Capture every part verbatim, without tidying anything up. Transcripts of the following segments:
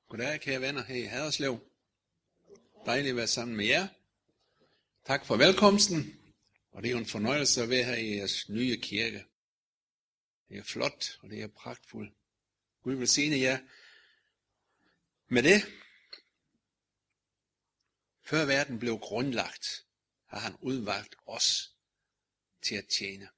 Goddag, kære venner her i Haderslev. Dejligt at være sammen med jer. Tak for velkomsten, og det er jo en fornøjelse at være her i jeres nye kirke. Det er flot, og det er pragtfuldt. Gud velsigne jer med det. Før verden blev grundlagt, har han udvalgt os til at tjene.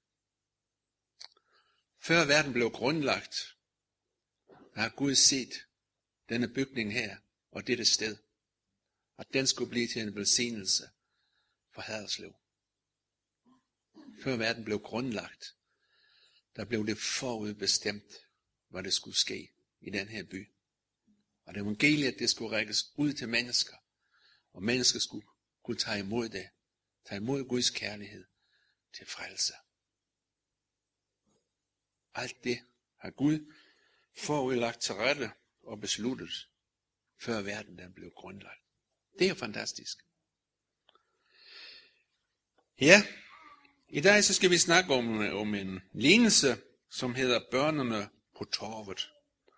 Før verden blev grundlagt, har Gud set denne bygning her og dette sted, at den skulle blive til en velsignelse for Haderslev. Før verden blev grundlagt, der blev det forudbestemt, hvad det skulle ske i den her by. Og det evangeliet, det skulle rækkes ud til mennesker, og mennesker skulle kunne tage imod det, tage imod Guds kærlighed til frelse. Alt det har Gud forudlagt til rette og besluttet, før verden den blev grundlagt. Det er jo fantastisk. Ja, i dag så skal vi snakke om, om en lignelse, som hedder Børnene på torvet.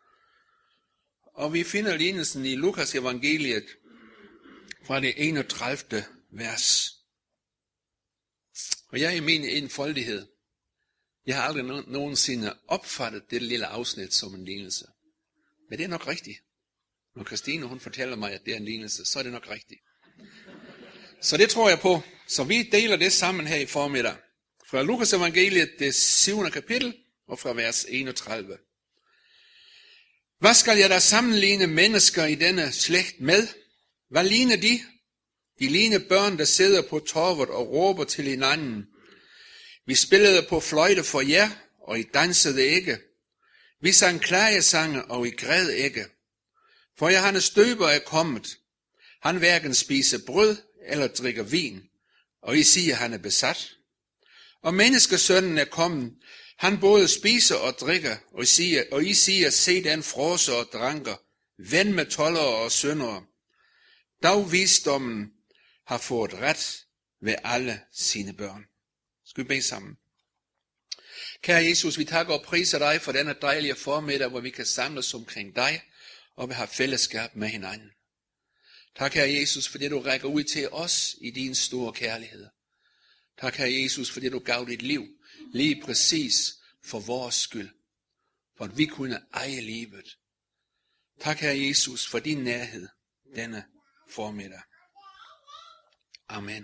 Og vi finder lignelsen i Lukas evangeliet fra det enogtredivte vers. Og jeg i min enfoldighed, jeg har aldrig nogensinde opfattet det lille afsnit som en lignelse. Men det er nok rigtigt. Når Christine hun fortæller mig, at det er en lignelse, så er det nok rigtigt. Så det tror jeg på. Så vi deler det sammen her i formiddag. Fra Lukas evangeliet, det syvende kapitel, og fra vers enogtredive. Hvad skal jeg da sammenligne mennesker i denne slægt med? Hvad ligner de? De ligner børn, der sidder på torvet og råber til hinanden. Vi spillede på fløjte for jer, og I dansede ikke. Vi sang klagesange, og I græd ikke. For jer han er støber er kommet. Han hverken spiser brød eller drikker vin, og I siger, han er besat. Og menneskesønnen er kommet. Han både spiser og drikker, og I siger, og I siger se den fråser og dranker, ven med toldere og syndere. Dog visdommen har fået ret ved alle sine børn. Skal vi bede sammen? Kære Jesus, vi takker og priser dig for denne dejlige formiddag, hvor vi kan samles omkring dig, og vi har fællesskab med hinanden. Tak, Herre Jesus, fordi du rækker ud til os i din store kærlighed. Tak, Herre Jesus, fordi du gav dit liv lige præcis for vores skyld, for at vi kunne eje livet. Tak, Herre Jesus, for din nærhed denne formiddag. Amen.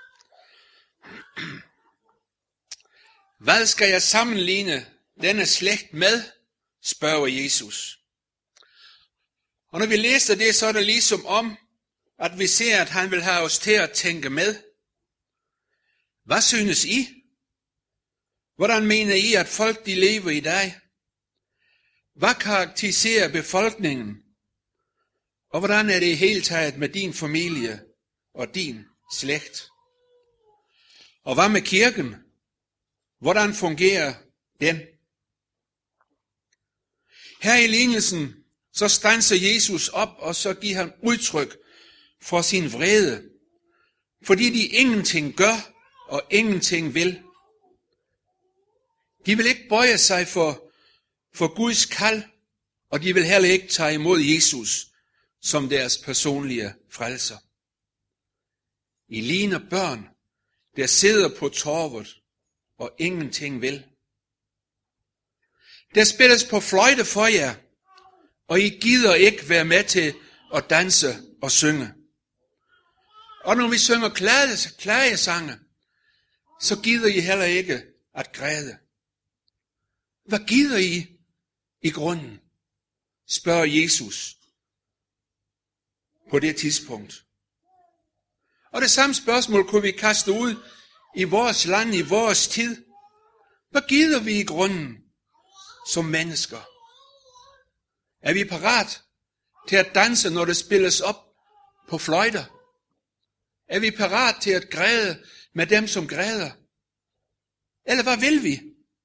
Hvad skal jeg sammenligne denne slægt med, spørger Jesus. Og når vi læser det, så er det ligesom om, at vi ser, at han vil have os til at tænke med. Hvad synes I? Hvordan mener I, at folk de lever i dag? Hvad karakteriserer befolkningen? Og hvordan er det i hele taget med din familie og din slægt? Og hvad med kirken? Hvordan fungerer den? Her i lignelsen, så standser Jesus op, og så giver han udtryk for sin vrede, fordi de ingenting gør, og ingenting vil. De vil ikke bøje sig for, for Guds kald, og de vil heller ikke tage imod Jesus som deres personlige frelser. I ligner børn, der sidder på torvet, og ingenting vil. Der spilles på fløjte for jer, og I gider ikke være med til at danse og synge. Og når vi synger klagesange, så gider I heller ikke at græde. Hvad gider I i grunden? Spørger Jesus på det tidspunkt. Og det samme spørgsmål kunne vi kaste ud i vores land, i vores tid. Hvad gider vi i grunden som mennesker? Er vi parat til at danse, når det spilles op på fløjter? Er vi parat til at græde med dem, som græder? Eller hvad vil vi?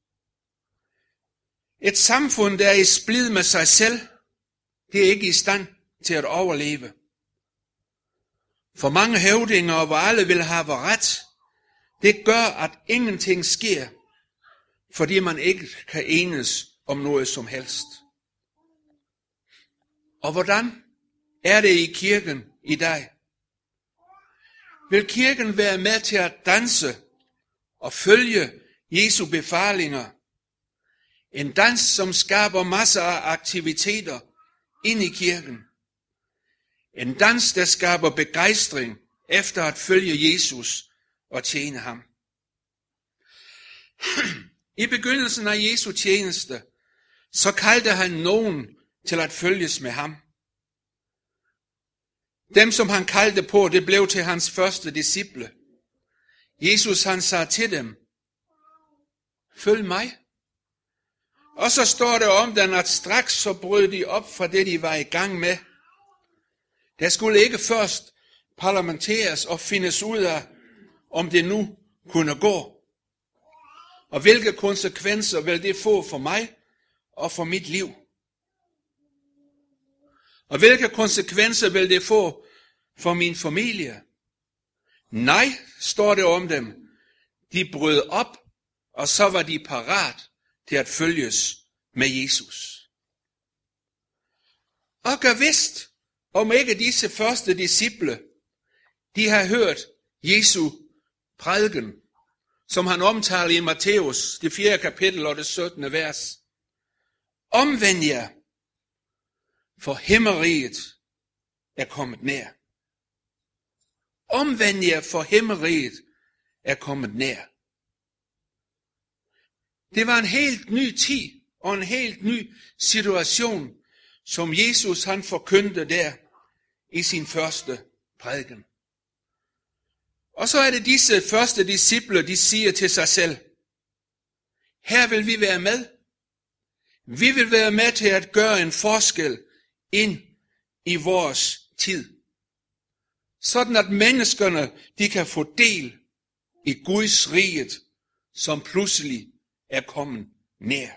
Et samfund, der er i splid med sig selv, det er ikke i stand til at overleve. For mange høvdinger, hvor alle vil have ret, det gør, at ingenting sker, fordi man ikke kan enes om noget som helst. Og hvordan er det i kirken i dag? Vil kirken være med til at danse og følge Jesu befalinger? En dans, som skaber masser af aktiviteter ind i kirken. En dans, der skaber begejstring efter at følge Jesus og tjene ham. I begyndelsen af Jesu tjeneste, så kaldte han nogen til at følges med ham. Dem, som han kaldte på, det blev til hans første disciple. Jesus, han sagde til dem, følg mig. Og så står der om den, at straks så brød de op fra det, de var i gang med. Der skulle ikke først parlamenteres og findes ud af, om det nu kunne gå. Og hvilke konsekvenser vil det få for mig og for mit liv? Og hvilke konsekvenser vil det få for min familie? Nej, står det om dem. De brød op, og så var de parat til at følges med Jesus. Og gør vidst, om ikke disse første disciple, de har hørt Jesu prædiken, som han omtaler i Matthæus, det fjerde kapitel og det syttende vers. Omvend jer, for himmeriget er kommet nær. Omvend jer, for himmeriget er kommet nær. Det var en helt ny tid og en helt ny situation, som Jesus han forkyndte der i sin første prædiken. Og så er det disse første disciple, de siger til sig selv, her vil vi være med. Vi vil være med til at gøre en forskel ind i vores tid. Sådan at menneskerne, de kan få del i Guds riget, som pludselig er kommet nær.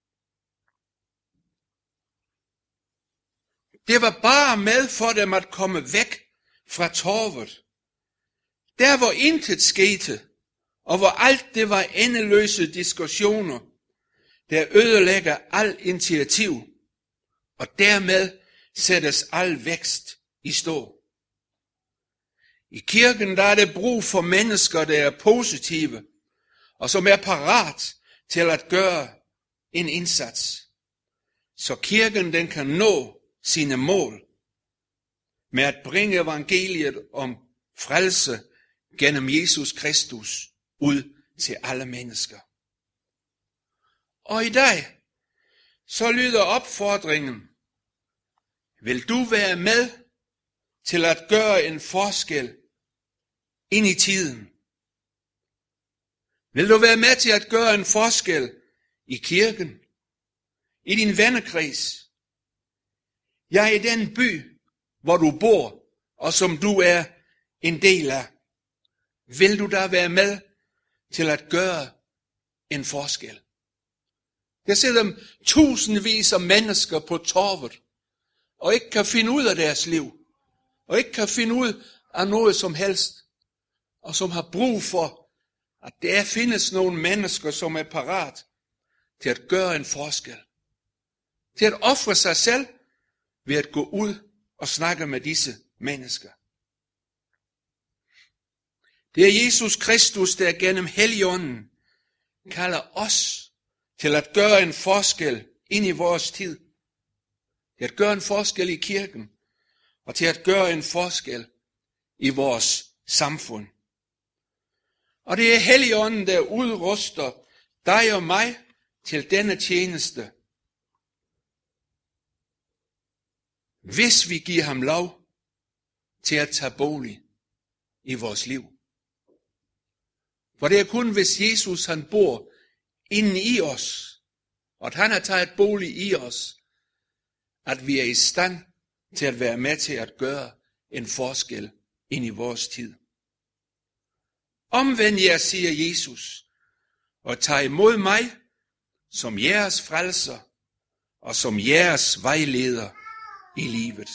Det var bare med for dem at komme væk fra torvet. Der hvor intet skete, og hvor alt det var endeløse diskussioner, der ødelægger al initiativ, og dermed sættes al vækst i stå. I kirken der er det brug for mennesker, der er positive, og som er parat til at gøre en indsats. Så kirken den kan nå sine mål med at bringe evangeliet om frelse gennem Jesus Kristus ud til alle mennesker. Og i dag, så lyder opfordringen, vil du være med til at gøre en forskel ind i tiden? Vil du være med til at gøre en forskel i kirken, i din vennekreds, ja i den by, hvor du bor og som du er en del af? Vil du da være med til at gøre en forskel? Der sidder tusindvis af mennesker på torvet, og ikke kan finde ud af deres liv, og ikke kan finde ud af noget som helst, og som har brug for, at der findes nogle mennesker, som er parat til at gøre en forskel. Til at ofre sig selv ved at gå ud og snakke med disse mennesker. Det er Jesus Kristus, der gennem Helligånden kalder os til at gøre en forskel ind i vores tid. Til at gøre en forskel i kirken, og til at gøre en forskel i vores samfund. Og det er Helligånden, der udruster dig og mig til denne tjeneste. Hvis vi giver ham lov til at tage bolig i vores liv. For det er kun hvis Jesus han bor inde i os, og at han har taget bolig i os, at vi er i stand til at være med til at gøre en forskel ind i vores tid. Omvend jer, siger Jesus, og tag imod mig som jeres frelser og som jeres vejleder i livet.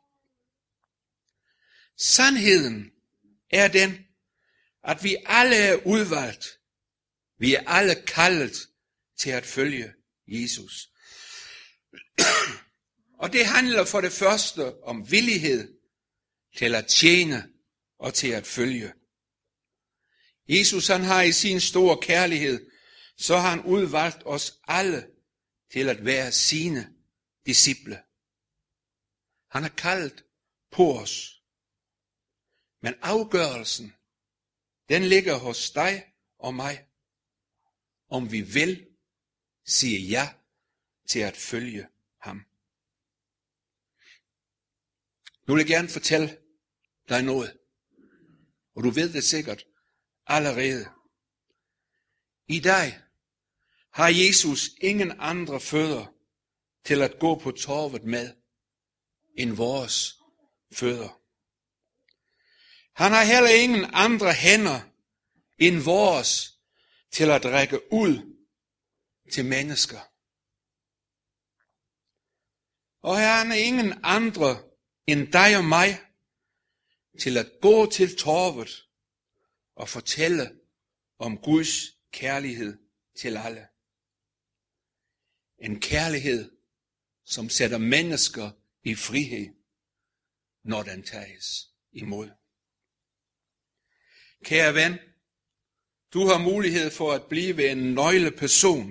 Sandheden er den, at vi alle er udvalgt. Vi er alle kaldet til at følge Jesus. Og det handler for det første om villighed til at tjene og til at følge. Jesus han har i sin store kærlighed, så har han udvalgt os alle til at være sine disciple. Han har kaldt på os. Men afgørelsen, den ligger hos dig og mig, om vi vil sige ja til at følge ham. Nu vil jeg gerne fortælle dig noget, og du ved det sikkert allerede. I dag har Jesus ingen andre fødder til at gå på torvet med, end vores fødder. Han har heller ingen andre hænder end vores til at række ud til mennesker. Og han har ingen andre end dig og mig til at gå til torvet og fortælle om Guds kærlighed til alle. En kærlighed, som sætter mennesker i frihed, når den tages imod. Kære ven, du har mulighed for at blive en nøgleperson.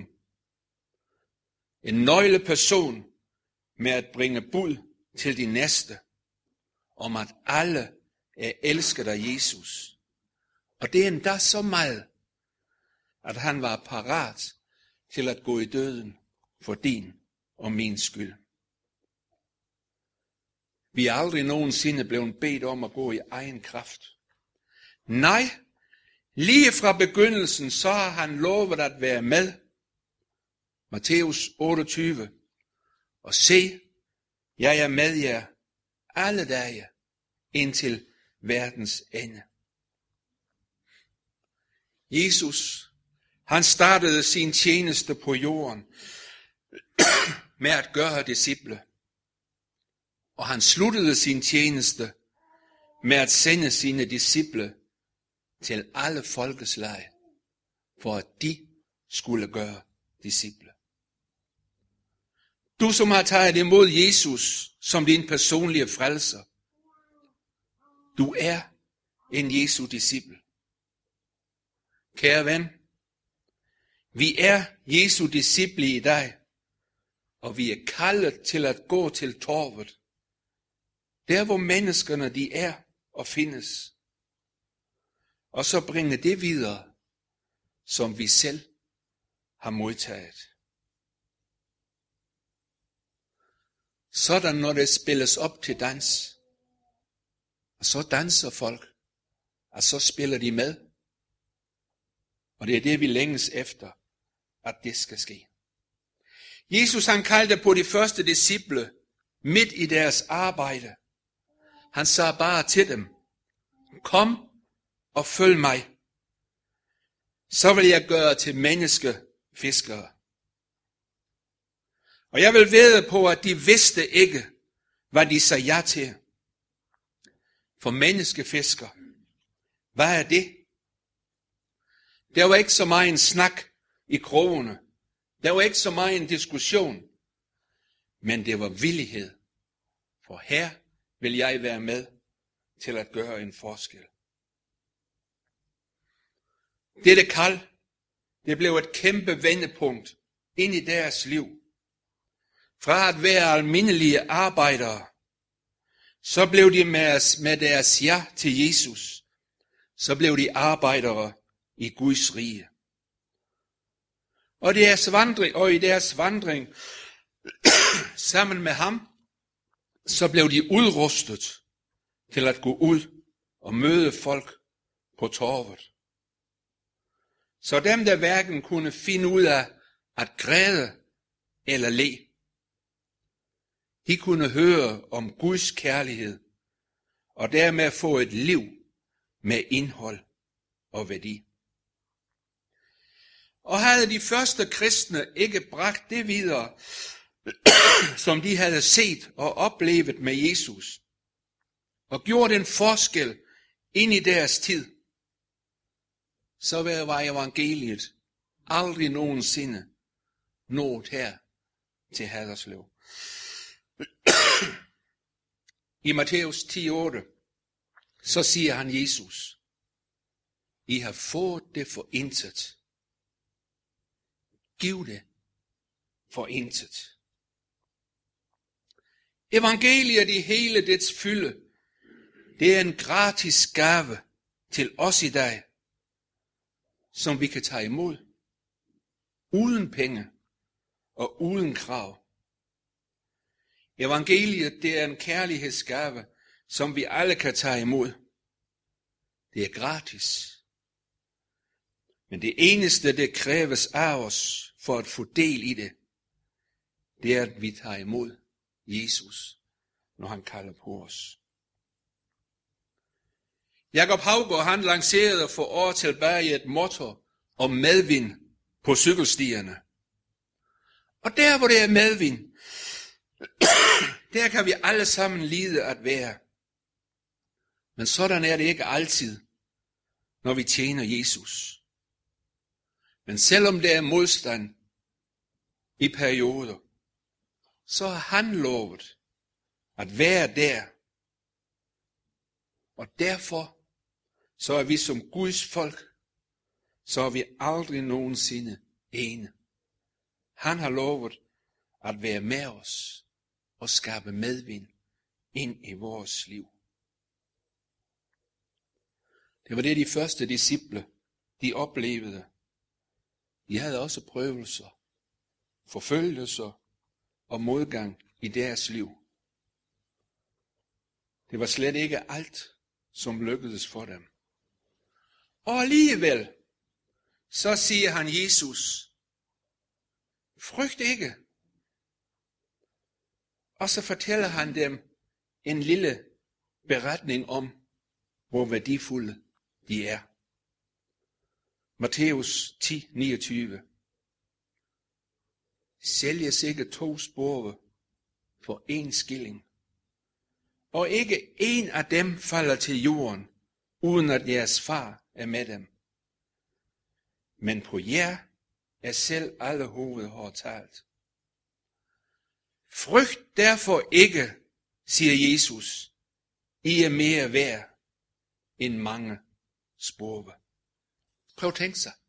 En nøgleperson med at bringe bud til de næste, om at alle er elsket af Jesus. Og det er endda så meget, at han var parat til at gå i døden for din og min skyld. Vi er aldrig nogensinde blevet bedt om at gå i egen kraft. Nej, lige fra begyndelsen, så har han lovet at være med. Matthæus otteogtyve. Og se, jeg er med jer alle dage indtil verdens ende. Jesus, han startede sin tjeneste på jorden med at gøre disciple. Og han sluttede sin tjeneste med at sende sine disciple til alle folkeslag, for at de skulle gøre disciple. Du, som har taget imod Jesus som din personlige frelser, du er en Jesu disciple. Kære ven, vi er Jesu disciple i dag, og vi er kaldet til at gå til torvet, der hvor menneskerne de er og findes, og så bringe det videre, som vi selv har modtaget. Sådan når det spilles op til dans, og så danser folk, og så spiller de med. Og det er det, vi længes efter, at det skal ske. Jesus han kaldte på de første disciple midt i deres arbejde. Han sagde bare til dem, kom og følg mig. Så vil jeg gøre til menneskefiskere. Og jeg vil vædde på, at de vidste ikke, hvad de sagde ja til. For menneskefisker, hvad er det? Der var ikke så meget en snak i krogene. Der var ikke så meget en diskussion. Men det var villighed. For her vil jeg være med til at gøre en forskel. Dette kald, det blev et kæmpe vendepunkt ind i deres liv. Fra at være almindelige arbejdere, så blev de med deres ja til Jesus, så blev de arbejdere i Guds rige. Og, deres vandring, og i deres vandring sammen med ham, så blev de udrustet til at gå ud og møde folk på torvet. Så dem, der hverken kunne finde ud af at græde eller le, de kunne høre om Guds kærlighed, og dermed få et liv med indhold og værdi. Og havde de første kristne ikke bragt det videre, som de havde set og oplevet med Jesus, og gjort en forskel ind i deres tid, så var evangeliet aldrig nogensinde nået her til Haderslev. I Matthæus ti otte, så siger han Jesus, I har fået det for intet. Giv det for intet. Evangeliet i hele dets fylde, det er en gratis gave til os i dag, som vi kan tage imod, uden penge og uden krav. Evangeliet, det er en kærlighedsgave, som vi alle kan tage imod. Det er gratis. Men det eneste, det kræves af os for at få del i det, det er, at vi tager imod Jesus, når han kalder på os. Jakob Haugaard, han lancerede for år tilbage et motto om medvind på cykelstierne. Og der, hvor det er medvind, der kan vi alle sammen lide at være. Men sådan er det ikke altid, når vi tjener Jesus. Men selvom der er modstand i perioder, så har han lovet at være der. Og derfor, så er vi som Guds folk, så er vi aldrig nogensinde ene. Han har lovet at være med os og skabe medvind ind i vores liv. Det var det, de første disciple, de oplevede. De havde også prøvelser, forfølgelser og modgang i deres liv. Det var slet ikke alt, som lykkedes for dem. Og alligevel, så siger han Jesus, frygt ikke. Og så fortæller han dem en lille beretning om, hvor værdifulde de er. Matthæus ti niogtyve. Sælges ikke to spurve for en skilling, og ikke en af dem falder til jorden, uden at jeres far er med dem. Men på jer er selv alle hovedhår talt. Frygt derfor ikke, siger Jesus, I er mere værd end mange spurve. Prøv at tænke sig,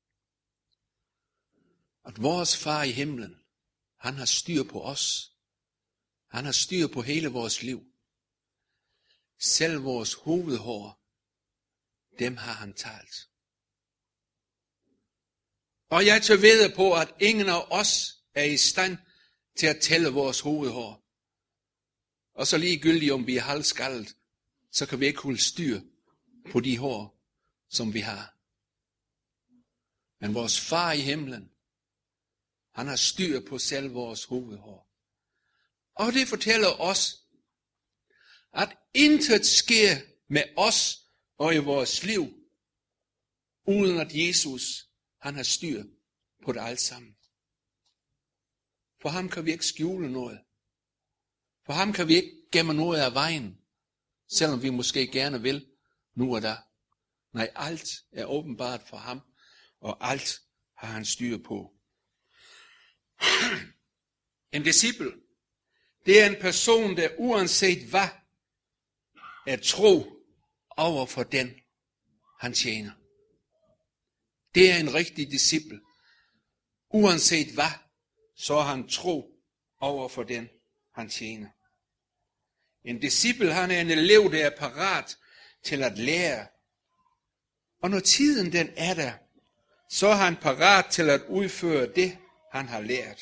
at vores far i himlen, han har styr på os. Han har styr på hele vores liv. Selv vores hovedhår, dem har han talt. Og jeg tør vide på, at ingen af os er i stand til at tælle vores hovedhår. Og så ligegyldigt om vi er halvskaldet, så kan vi ikke holde styr på de hår, som vi har. Men vores far i himlen, han har styr på selv vores hovedhår. Og det fortæller os, at intet sker med os og i vores liv, uden at Jesus, han har styr på det alt sammen. For ham kan vi ikke skjule noget. For ham kan vi ikke gemme noget af vejen, selvom vi måske gerne vil nu og der. Nej, alt er åbenbart for ham, og alt har han styr på. En disciple, det er en person, der uanset hvad, er tro over for den, han tjener. Det er en rigtig disciple. Uanset hvad, så er han tro over for den, han tjener. En disciple, han er en elev, der er parat til at lære. Og når tiden den er der, så er han parat til at udføre det, han har lært.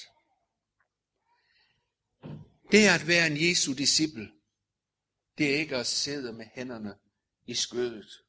Det at være en Jesu disciple, det er ikke at sidde med hænderne i skødet.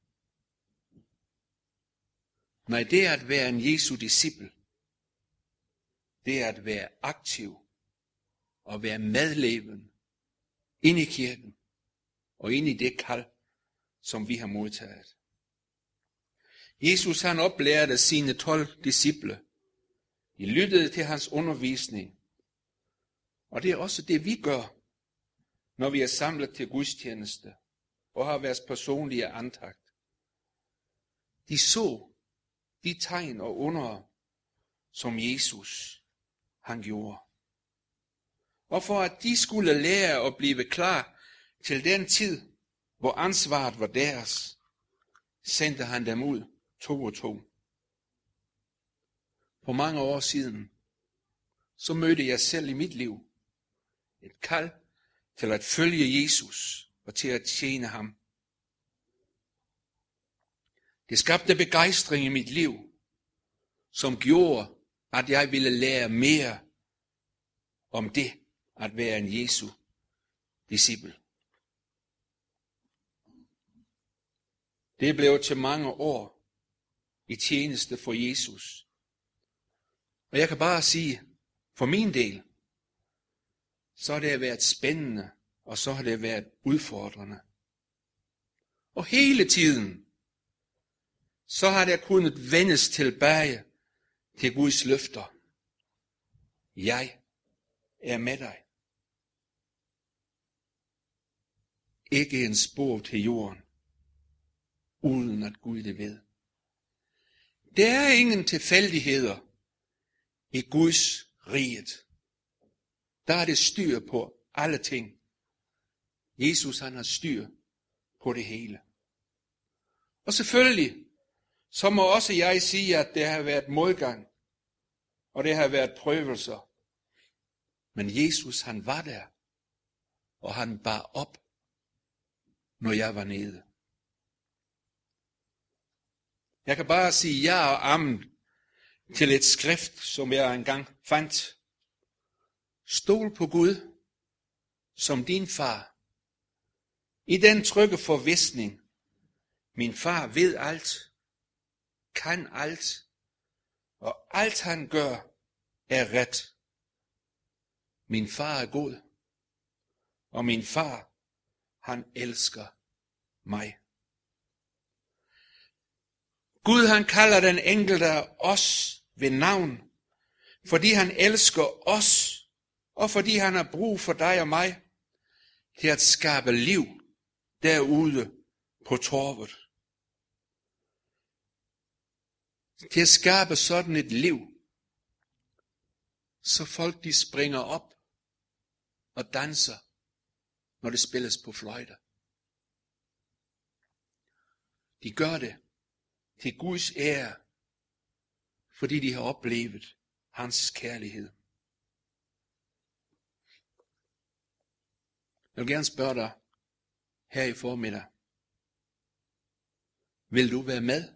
Nej, det at være en Jesu disciple, det er at være aktiv og være medlevende ind i kirken og ind i det kald, som vi har modtaget. Jesus, han oplærte sine tolv disciple. De lyttede til hans undervisning. Og det er også det, vi gør, når vi er samlet til gudstjeneste og har vores personlige antagt. De så de tegn og under, som Jesus han gjorde. Og for at de skulle lære at blive klar til den tid, hvor ansvaret var deres, sendte han dem ud to og to. For mange år siden, så mødte jeg selv i mit liv et kald til at følge Jesus og til at tjene ham. Det skabte begejstring i mit liv, som gjorde, at jeg ville lære mere om det at være en Jesu disciple. Det blev til mange år i tjeneste for Jesus. Og jeg kan bare sige, for min del, så har det været spændende, og så har det været udfordrende. Og hele tiden, så har der kunnet vendes tilbage til Guds løfter. Jeg er med dig. Ikke en spor til jorden, uden at Gud det ved. Der er ingen tilfældigheder i Guds riget. Der er det styr på alle ting. Jesus, han har styr på det hele. Og selvfølgelig, så må også jeg sige, at det har været modgang, og det har været prøvelser. Men Jesus, han var der, og han bar op, når jeg var nede. Jeg kan bare sige ja og amen til et skrift, som jeg engang fandt. Stol på Gud som din far. I den trygge forvisning, min far ved alt, kan alt, og alt han gør er ret. Min far er god, og min far, han elsker mig. Gud, han kalder den enkelte af os ved navn, fordi han elsker os, og fordi han har brug for dig og mig til at skabe liv derude på torvet. Til at skabe sådan et liv, så folk de springer op og danser, når det spilles på fløjter. De gør det til Guds ære, fordi de har oplevet hans kærlighed. Jeg vil gerne spørge dig her i formiddag. Vil du være med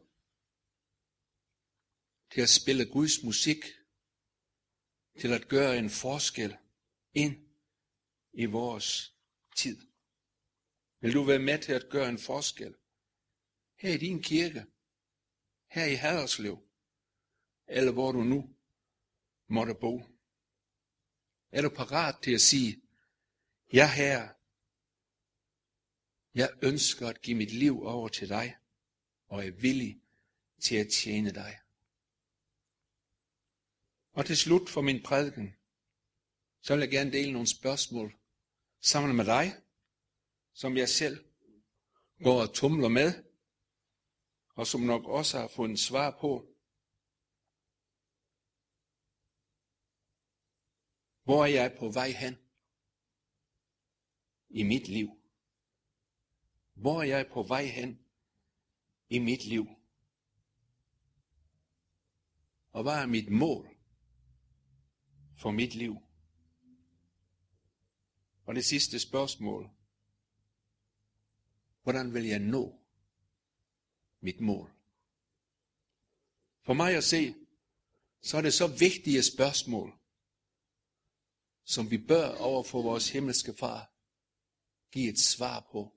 til at spille Guds musik, til at gøre en forskel ind i vores tid? Vil du være med til at gøre en forskel her i din kirke, her i Haderslev, eller hvor du nu måtte bo? Er du parat til at sige, ja Herre, jeg ønsker at give mit liv over til dig, og er villig til at tjene dig? Og til slut for min prædiken, så vil jeg gerne dele nogle spørgsmål sammen med dig, som jeg selv går og tumler med, og som nok også har fået en svar på. Hvor er jeg på vej hen i mit liv? Hvor er jeg på vej hen i mit liv? Og hvad er mit mål for mit liv? Og det sidste spørgsmål. Hvordan vil jeg nå mit mål? For mig at se, så er det så vigtige spørgsmål, som vi bør over for vores himmelske far give et svar på.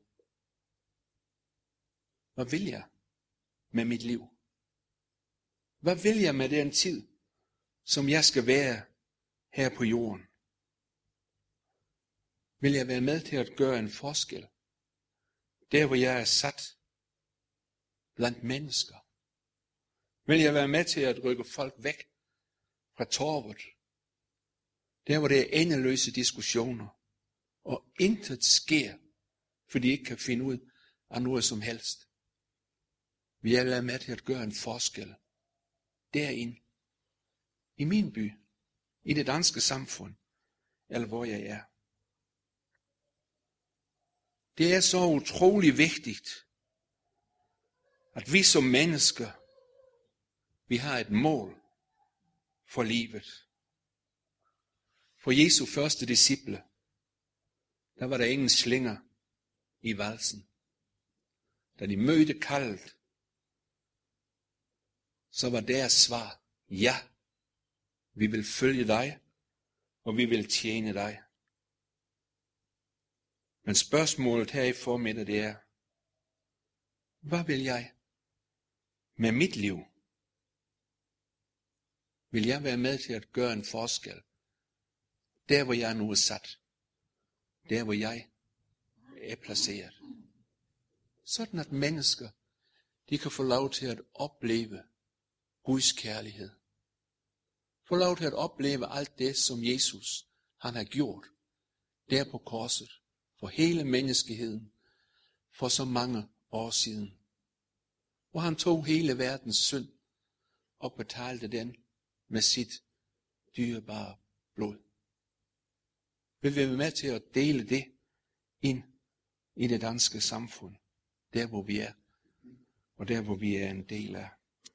Hvad vil jeg med mit liv? Hvad vil jeg med den tid, som jeg skal være her på jorden? Vil jeg være med til at gøre en forskel? Der hvor jeg er sat blandt mennesker. Vil jeg være med til at rykke folk væk fra torvet? Der hvor det er endeløse diskussioner, og intet sker, fordi de ikke kan finde ud af noget som helst. Vil jeg være med til at gøre en forskel derinde, i min by, i det danske samfund, eller hvor jeg er. Det er så utrolig vigtigt, at vi som mennesker, vi har et mål for livet. For Jesu første disciple, der var der ingen slinger i valsen. Da de mødte kaldet, så var deres svar, ja, vi vil følge dig, og vi vil tjene dig. Men spørgsmålet her i formiddag, det er, hvad vil jeg med mit liv? Vil jeg være med til at gøre en forskel? Der hvor jeg nu er sat. Der hvor jeg er placeret. Sådan at mennesker, de kan få lov til at opleve Guds kærlighed. Få lov til at opleve alt det, som Jesus han har gjort der på korset for hele menneskeheden for så mange år siden. Hvor han tog hele verdens synd og betalte den med sit dyrebare blod. Vil vi være med til at dele det ind i det danske samfund, der hvor vi er, og der hvor vi er en del af.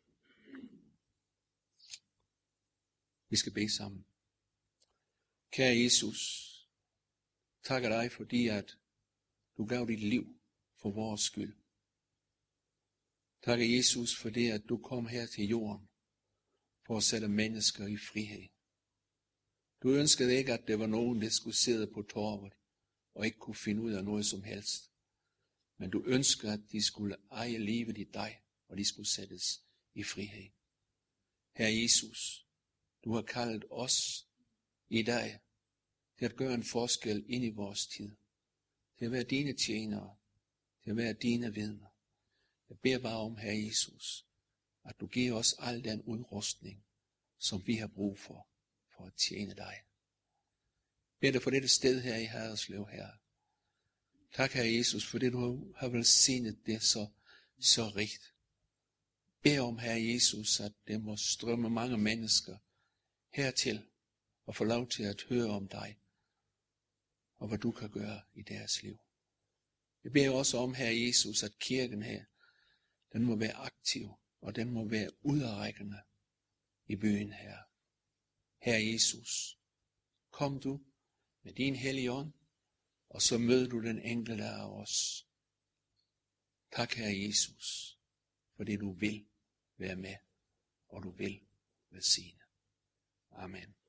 Vi skal bede sammen. Kære Jesus, takker dig fordi at du gav dit liv for vores skyld. Takker Jesus for det, at du kom her til jorden for at sætte mennesker i frihed. Du ønskede ikke, at der var nogen, der skulle sidde på torvet og ikke kunne finde ud af noget som helst. Men du ønskede, at de skulle eje livet i dig, og de skulle sættes i frihed. Herre Jesus, du har kaldet os i dag til at gøre en forskel ind i vores tid. Til at være dine tjenere, til at være dine vidner. Jeg beder bare om, Herre Jesus, at du giver os al den udrustning, som vi har brug for, for at tjene dig. Jeg beder dig for dette sted her i Haderslev, Herre. Tak, Herre Jesus, for det du har velsignet det så, så rigt. Jeg beder om, Herre Jesus, at det må strømme mange mennesker hertil og få lov til at høre om dig, og hvad du kan gøre i deres liv. Jeg beder også om, Herre Jesus, at kirken her, den må være aktiv, og den må være udrækkende i byen her. Herre Jesus, kom du med din hellige ånd, og så møder du den enkelte af os. Tak, Herre Jesus, fordi du vil være med, og du vil velsigne. Amen.